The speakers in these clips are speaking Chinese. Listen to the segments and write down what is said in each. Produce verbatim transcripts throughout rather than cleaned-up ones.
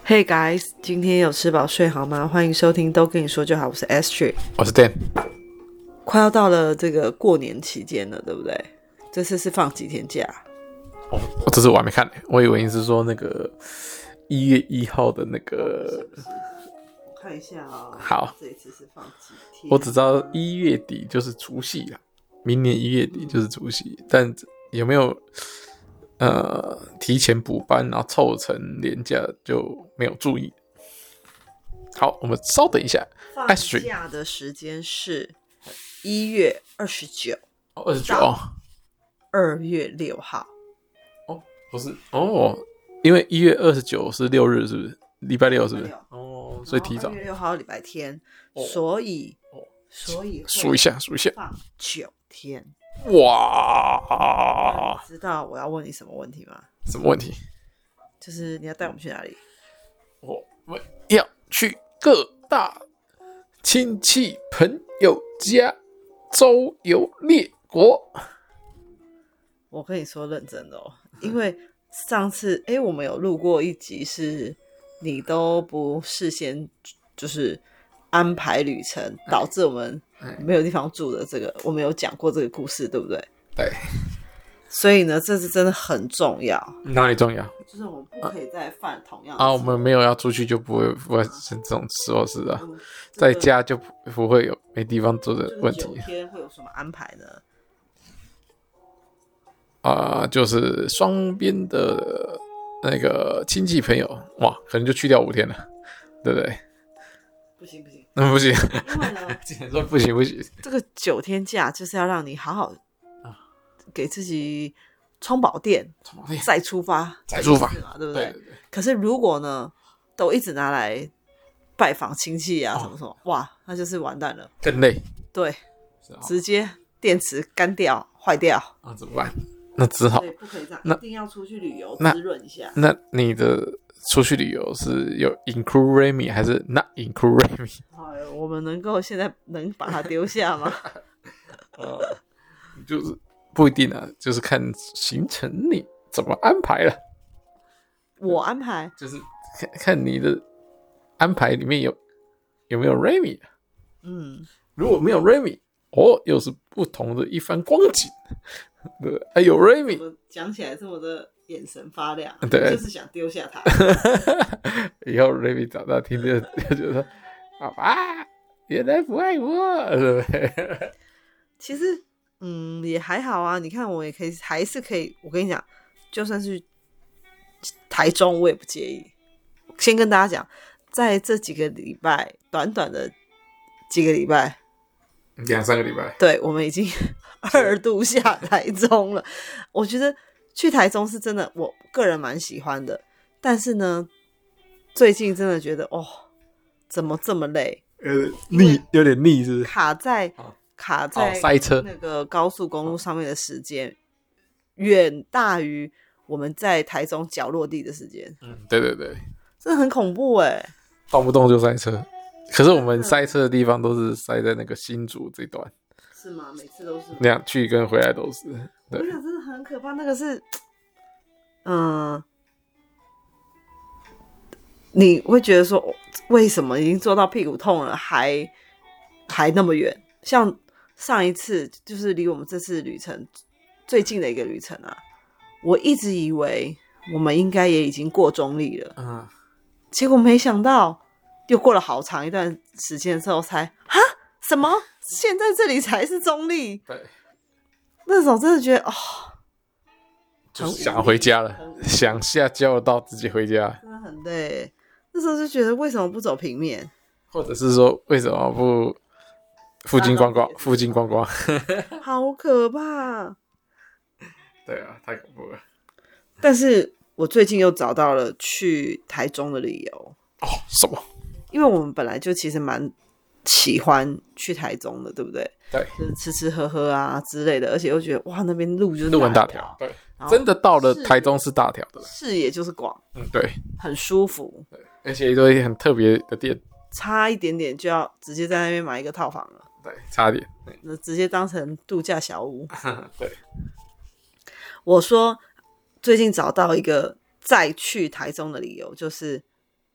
Hey guys， 今天有吃饱睡好吗？欢迎收听都跟你说就好，我是 Astrid， 我是 Dan。 快要到了这个过年期间了，对不对？这次是放几天假？ 哦，这次我还没看，我以为你是说那个一月一号的那个。 我看一下啊、哦。 好， 这一次是放几天？ 我只知道一月底就是除夕啦，明年一月底就是除夕，嗯、但有没有呃提前补班，然后凑成连假就没有注意。好，我们稍等一下。 放假的时间是一月二十九， 哦，二十九， 二月六号。 哦，不是哦，因为一月二十九是六日，是不是？礼拜六是不是？哦，所以提早。 二月六号礼拜天，哦、所以、哦、所以数一下，数一下， 放九天。 哇！ 你知道我要问你什么问题吗？ 什么问题？ 就是你要带我们去哪里？ 我们要去各大亲戚朋友家周游列国。 我跟你说认真的哦，因为上次哎，我们有录过一集是你都不事先就是安排旅程，导致我们没有地方住的这个，我们有讲过这个故事，对不对？ 对。 所以呢，这是真的很重要。 哪里重要？ 就是我们不可以再犯同样的啊！我们没有要出去就不会不会是这种时候是啊，嗯、在家就不会有没地方住的问题。 九天会有什么安排呢？ 啊、呃，就是双边的那个亲戚朋友，哇，可能就去掉五天了，对不对？ 不行不行， 那、嗯、不行， 因为呢， 竟然说不行不行， 这个九天假就是要让你好好给自己充饱电，再出发， 再出发嘛，对不对？ 对对对。 可是如果呢，都一直拿来拜访亲戚啊，什么什么，哦、哇，那就是完蛋了， 更累。 对， 哦、 直接电池干掉、坏掉啊，怎么办？那只好， 所以不可以这样， 那一定要出去旅游滋润一下。 那, 那你的出去旅游是有 include Remy 还是 not include Remy？ 哎呦，我们能够现在能把它丢下吗？ 呃，就是不一定啊，就是看行程你怎么安排了。 我安排就是看看你的安排里面有有没有 Remy。嗯，如果没有 Remy， 哦，又是不同的一番光景。对，还有 Remy， 讲起来这么的眼神发亮， 对， 就是想丢下他。 以后 Remy 长大听就就觉得，爸爸原来不爱我，对不对？ 其实，嗯，也还好啊。你看，我也可以，还是可以。我跟你讲，就算是台中，我也不介意。先跟大家讲，在这几个礼拜，短短的几个礼拜， 两三个礼拜， 对，我们已经二度下台中了。我觉得去台中是真的，我个人蛮喜欢的。但是呢，最近真的觉得，哦，怎么这么累？ 呃，腻，有点腻，是不是？ 卡在。卡在塞车那个高速公路上面的时间，远大于我们在台中脚落地的时间。 嗯，对对对， 真的很恐怖哎、欸， 动不动就塞车。可是我们塞车的地方都是塞在那个新竹这段， 是吗？每次都是那样去跟回来都是。对， 我想真的很可怕。那个是，嗯、呃，你会觉得说，为什么已经坐到屁股痛了，还还那么远？像上一次就是离我们这次旅程最近的一个旅程啊，我一直以为我们应该也已经过中立了，嗯，结果没想到又过了好长一段时间之后才哈什么？现在这里才是中立？对，那时候真的觉得哦， 就是想回家了，想下交流道直接回家， 真的很累。那时候就觉得为什么不走平面， 或者是说为什么不？附近观光，附近观光， 好可怕！ 对啊，太恐怖了。 但是我最近又找到了去台中的理由哦，什么？ 因为我们本来就其实蛮喜欢去台中的，对不对？ 对， 就是吃吃喝喝啊之类的，而且又觉得哇，那边路就是路很大条，对，真的到了台中是大条的， 视野就是广， 嗯，对， 很舒服， 对，而且一堆很特别的店， 差一点点就要直接在那边买一个套房了。 对，差点， 那直接当成度假小屋。 对， 我说最近找到一个再去台中的理由，就是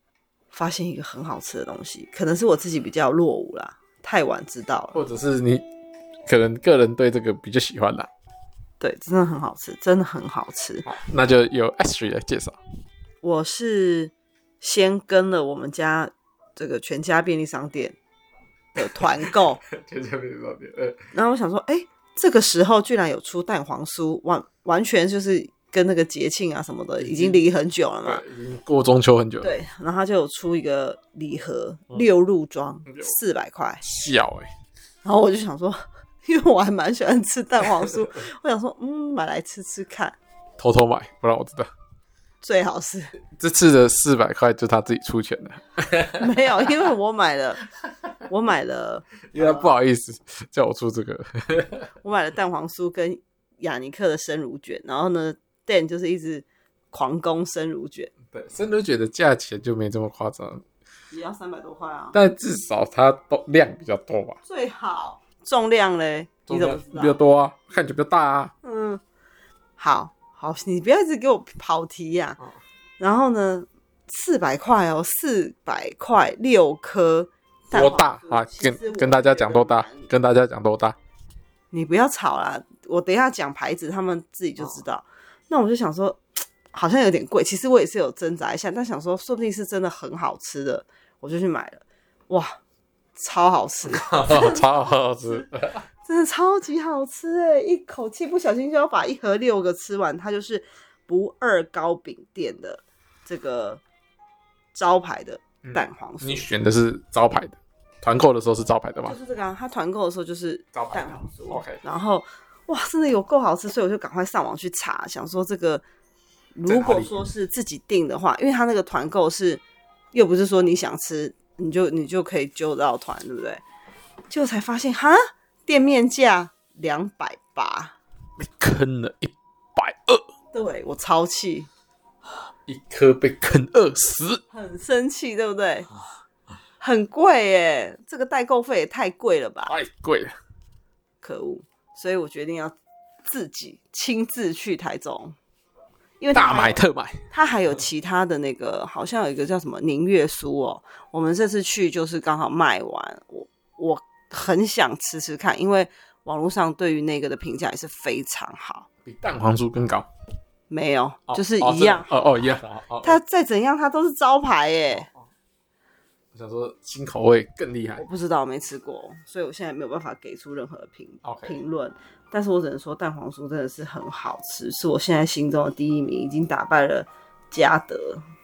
发现一个很好吃的东西，可能是我自己比较落伍啦，太晚知道了， 或者是你可能个人对这个比较喜欢啦。 对，真的很好吃，真的很好吃。 那就由 Ashley 来介绍。 我是先跟了我们家这个全家便利商店的团购， 全家便利商店，呃， 然后我想说，哎、欸，这个时候居然有出蛋黄酥，完完全就是跟那个节庆啊什么的已经离很久了嘛， 已经过中秋很久了。 对，然后他就有出一个礼盒，嗯、六入装，四百块， 小哎、欸。 然后我就想说，因为我还蛮喜欢吃蛋黄酥，我想说，嗯，买来吃吃看， 偷偷买，不然我知道。 最好是这次的四百块就他自己出钱的， 没有，因为我买了，我买了， 因为他不好意思、呃、叫我出这个， 我买了蛋黄酥跟雅尼克的生乳卷，然后呢 Dan 就是一直狂攻生乳卷， 对，生乳卷的价钱就没这么夸张， 也要三百多块啊， 但至少它量比较多吧， 最好重量嘞，你怎么知道？ 比较多啊，看起来比较大啊， 嗯，好。好，你不要一直给我跑题呀、啊。哦、然后呢，四百块哦，四百块六颗， 多大啊？跟跟大家讲多大？跟大家讲多大？ 你不要吵啦，我等一下讲牌子，他们自己就知道。哦、那我就想说，好像有点贵。其实我也是有挣扎一下，但想说，说不定是真的很好吃的，我就去买了。哇，超好吃， 超好吃。 真的超级好吃哎！一口气不小心就要把一盒六个吃完。它就是不二糕饼店的这个招牌的蛋黄酥、嗯。 你选的是招牌的，团购的时候是招牌的吗？ 就是这个啊，它团购的时候就是蛋黄酥。 OK， 然后哇，真的有够好吃，所以我就赶快上网去查，想说这个如果说是自己订的话，因为它那个团购是又不是说你想吃你就你就可以揪得到团，对不对？结果才发现哈。店面价两百八， 被坑了一百二， 对我超气， 一颗被坑二十， 很生气，对不对？很贵耶，这个代购费也太贵了吧？ 太贵了， 可恶！所以我决定要自己亲自去台中，因为大买特买。 它还有其他的那个，好像有一个叫什么宁月酥哦，我们这次去就是刚好卖完，我我。很想吃吃看，因为网络上对于那个的评价也是非常好， 比蛋黄酥更高。 没有， 哦、 就是一样。 哦哦一样。哦、 它再怎样，它都是招牌耶。 哦哦、我想说新口味更厉害。 我不知道，没吃过，所以我现在没有办法给出任何评评论。 Okay. 但是我只能说，蛋黄酥真的是很好吃，是我现在心中的第一名，已经打败了嘉德。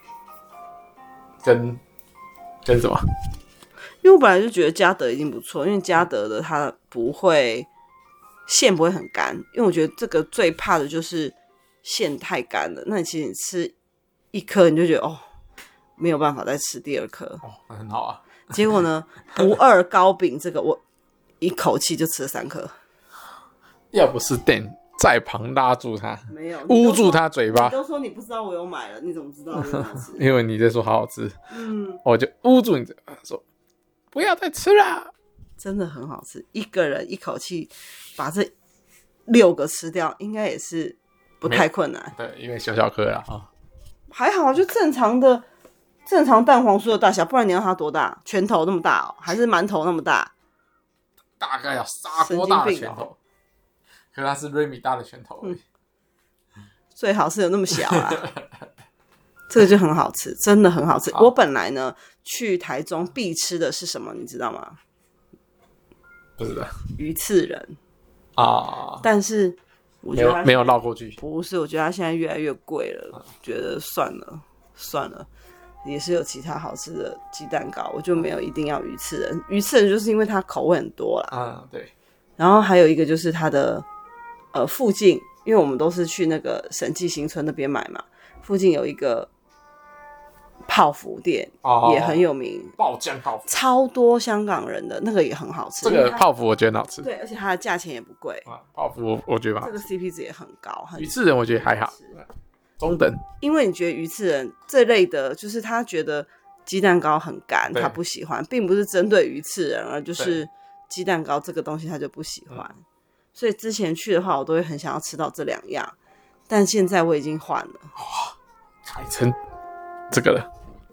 跟跟什么？ 因为我本来就觉得嘉德已经不错，因为嘉德的它不会馅不会很干，因为我觉得这个最怕的就是馅太干了。那你其实你吃一颗你就觉得哦没有办法再吃第二颗， 哦，那很好啊。 结果呢，不二糕饼这个我一口气就吃了三颗， 要不是 Dan 在旁拉住他， 没有捂住他嘴巴， 你都说你不知道我有买了，你怎么知道我有买吃？ 因为你在说好好吃， 嗯， 我就捂住你嘴巴说。不要再吃了， 真的很好吃。一个人一口气把这六个吃掉，应该也是不太困难。 对，因为小小颗啦啊， 还好，就正常的正常蛋黄酥的大小，不然你要它多大？拳头那么大哦，还是馒头那么大？ 大概要砂锅大的拳头，哦、可是它是瑞米大的拳头而已、 嗯，最好是有那么小啊。这个就很好吃，真的很好吃。好我本来呢去台中必吃的是什么，你知道吗？ 不知道。 鱼刺人啊， 但是我觉得没有没有绕过去。 不是，我觉得它现在越来越贵了，啊、觉得算了算了，也是有其他好吃的鸡蛋糕，我就没有一定要鱼刺人。鱼刺人就是因为它口味很多啦。 啊，对。 然后还有一个就是它的呃附近，因为我们都是去那个审计新村那边买嘛，附近有一个。泡芙店、哦、也很有名， 爆浆泡芙超多香港人的那个也很好吃。 这个泡芙我觉得很好吃， 对，而且它的价钱也不贵、 啊。泡芙 我, 我觉得好吃， 这个 C P 值也很高。很鱼刺人我觉得还好，中等。 因为你觉得鱼刺人这类的，就是他觉得鸡蛋糕很干，他不喜欢，并不是针对鱼刺人，而就是鸡蛋糕这个东西他就不喜欢。嗯、所以之前去的话，我都会很想要吃到这两样，但现在我已经换了， 哇，改成这个了。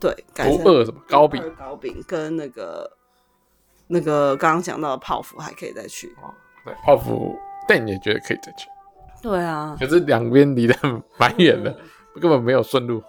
对，改成不二什么糕饼不二糕饼跟那个那个刚刚讲到的泡芙还可以再去。 哦，对，泡芙但也觉得可以再去。 对啊， 可是两边离得蛮远的，根本没有顺路，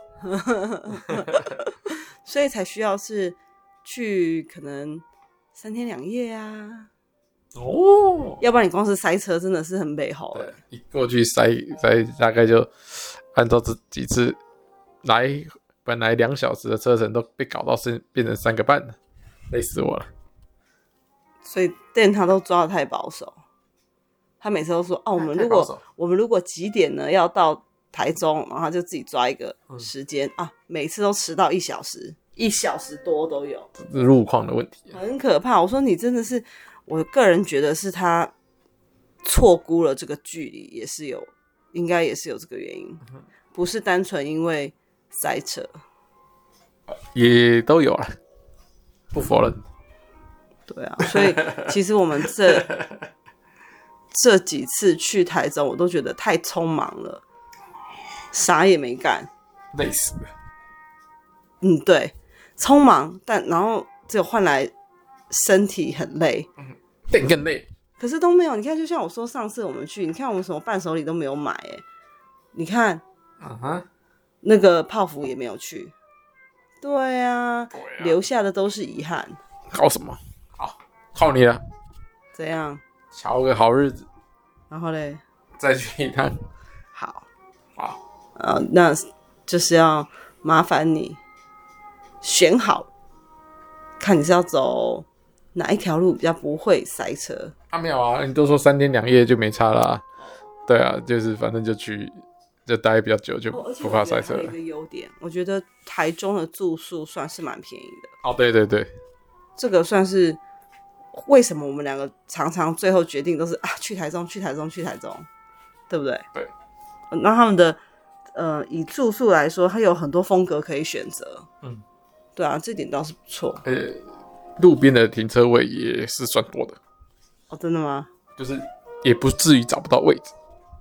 所以才需要是去可能三天两夜啊。 哦， 要不然你光是塞车真的是很美好。 对，一过去塞塞大概就按照这几次来，本来两小时的车程都被搞到是变成三个半了，累死我了。 所以店他都抓得太保守，他每次都说哦，我们如果我们如果几点呢要到台中，然后他就自己抓一个时间、嗯、啊，每次都迟到一小时，一小时多都有， 这是路况的问题、啊， 很可怕。我说你真的是，我个人觉得是他错估了这个距离，也是有，应该也是有这个原因，不是单纯因为塞车， 也都有啊，不否认。 对啊，所以其实我们这这几次去台中，我都觉得太匆忙了，啥也没干， 累死了。 嗯，对，匆忙，但然后只有换来身体很累， 嗯，但更累。 可是都没有，你看，就像我说上次我们去，你看我们什么伴手礼都没有买，哎，你看， 嗯哼， 那个泡芙也没有去，对啊， 对啊， 留下的都是遗憾。 搞什么？好，靠你了。 怎样？ 瞧个好日子， 然后嘞， 再去一趟。 好， 好， 呃，那就是要麻烦你选好，看你是要走哪一条路比较不会塞车。 啊没有啊，你都说三天两夜就没差啦、啊。对啊，就是反正就去，就待比较久，就不怕塞车了。 哦、而且我觉得还有一个优点，我觉得台中的住宿算是蛮便宜的。 哦，对对对， 这个算是为什么我们两个常常最后决定都是啊去台中，去台中，去台中，对不对？ 对。 那他们的呃以住宿来说，它有很多风格可以选择。嗯，对啊，这点倒是不错。 呃，路边的停车位也是算多的。 哦，真的吗？ 就是也不至于找不到位置。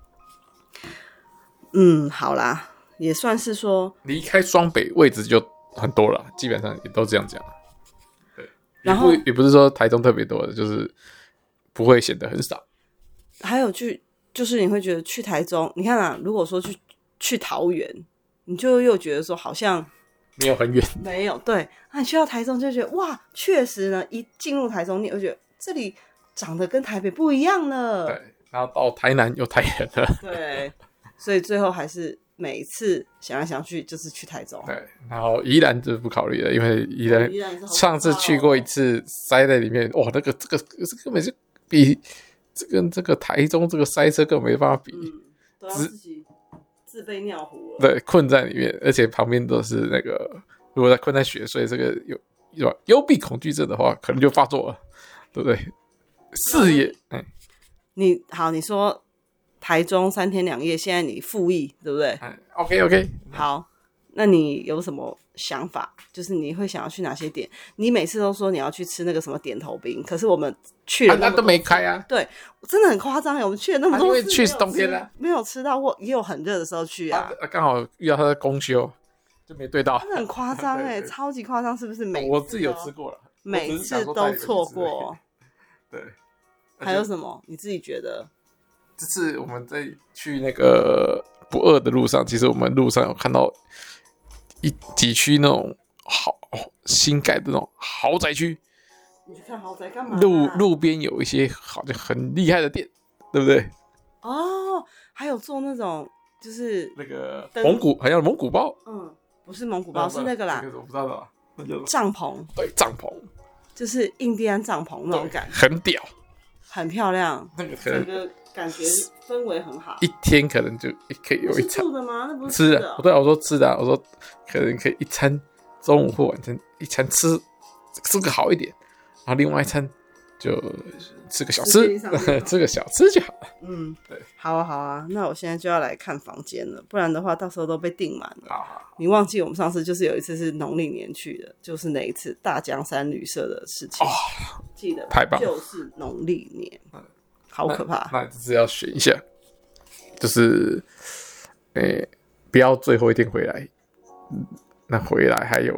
嗯，好啦，也算是说离开双北位置就很多了，基本上也都这样讲。对，然后 也, 不也不是说台中特别多的，就是不会显得很少。 还有去，就是你会觉得去台中，你看啊，如果说去去桃园，你就又觉得说好像没有很远， 没有对。那你去到台中就觉得哇，确实呢，一进入台中，你就觉得这里长得跟台北不一样了。 对，然后到台南又太远了。 对，所以最后还是每一次想来想去就是去台中。 对，然后宜兰就不考虑了，因为宜兰上次去过一次，塞在里面，哇，那个这个这根本就比这跟这个台中这个塞车根本没办法比， 嗯，都要自己自备尿壶了。 对，困在里面，而且旁边都是那个，如果在困在雪隧，这个有有幽闭恐惧症的话，可能就发作了，对不对？视野，嗯， 你好，你说台中三天两夜，现在你复议，对不对？ 嗯 OK OK， 好，那你有什么想法？就是你会想要去哪些点？你每次都说你要去吃那个什么点头冰，可是我们去了那么多、 啊、那都没开啊。 对，真的很夸张哎！我们去了那么多次， 啊、因为去是冬天啊， 没有吃到，或也有很热的时候去啊。 刚、啊、好遇到他的公休，就没对到。 真的很夸张哎，超级夸张，是不是？每次我自己有吃过了， 每次都错过。 对， 还有什么？你自己觉得？ 这次我们在去那个不二的路上，其实我们路上有看到一几区那种好新盖的那种豪宅区。 你去看豪宅干嘛、啊？ 路路边有一些好像很厉害的店，对不对？ 哦，还有做那种就是那个蒙古，好像蒙古包。 嗯，不是蒙古包，是那个啦。 那个我不知道的，那叫帐篷。 对，帐篷。 就是印第安帐篷那种感觉， 很屌， 很漂亮， 那个可能整个感觉氛围很好。 一天可能就可以有一餐。 是住的吗？那不是吃的、哦。 对啊，我说吃的、啊，我说可能可以一餐中午或晚餐一餐吃吃个好一点，然后另外一餐就吃个小吃，吃个小吃就好了。 嗯，对，好啊好啊，那我现在就要来看房间了，不然的话到时候都被订满了。 好好， 你忘记我们上次就是有一次是农历年去的，就是那一次大江山旅社的事情，哦、记得太棒了， 就是农历年，好可怕。 那只是要选一下，就是诶、欸，不要最后一天回来，嗯、那回来还有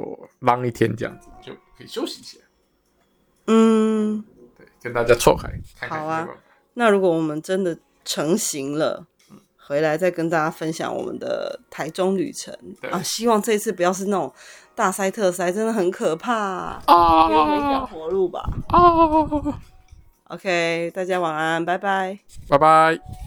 忙一天这样子，就可以休息一下。 嗯， 对，跟大家错开，看看好啊。那如果我们真的成行了，回来再跟大家分享我们的台中旅程啊！希望这一次不要是那种大塞特塞，真的很可怕啊！给我们一条活路吧！啊 ！OK， 大家晚安，拜拜， 拜拜。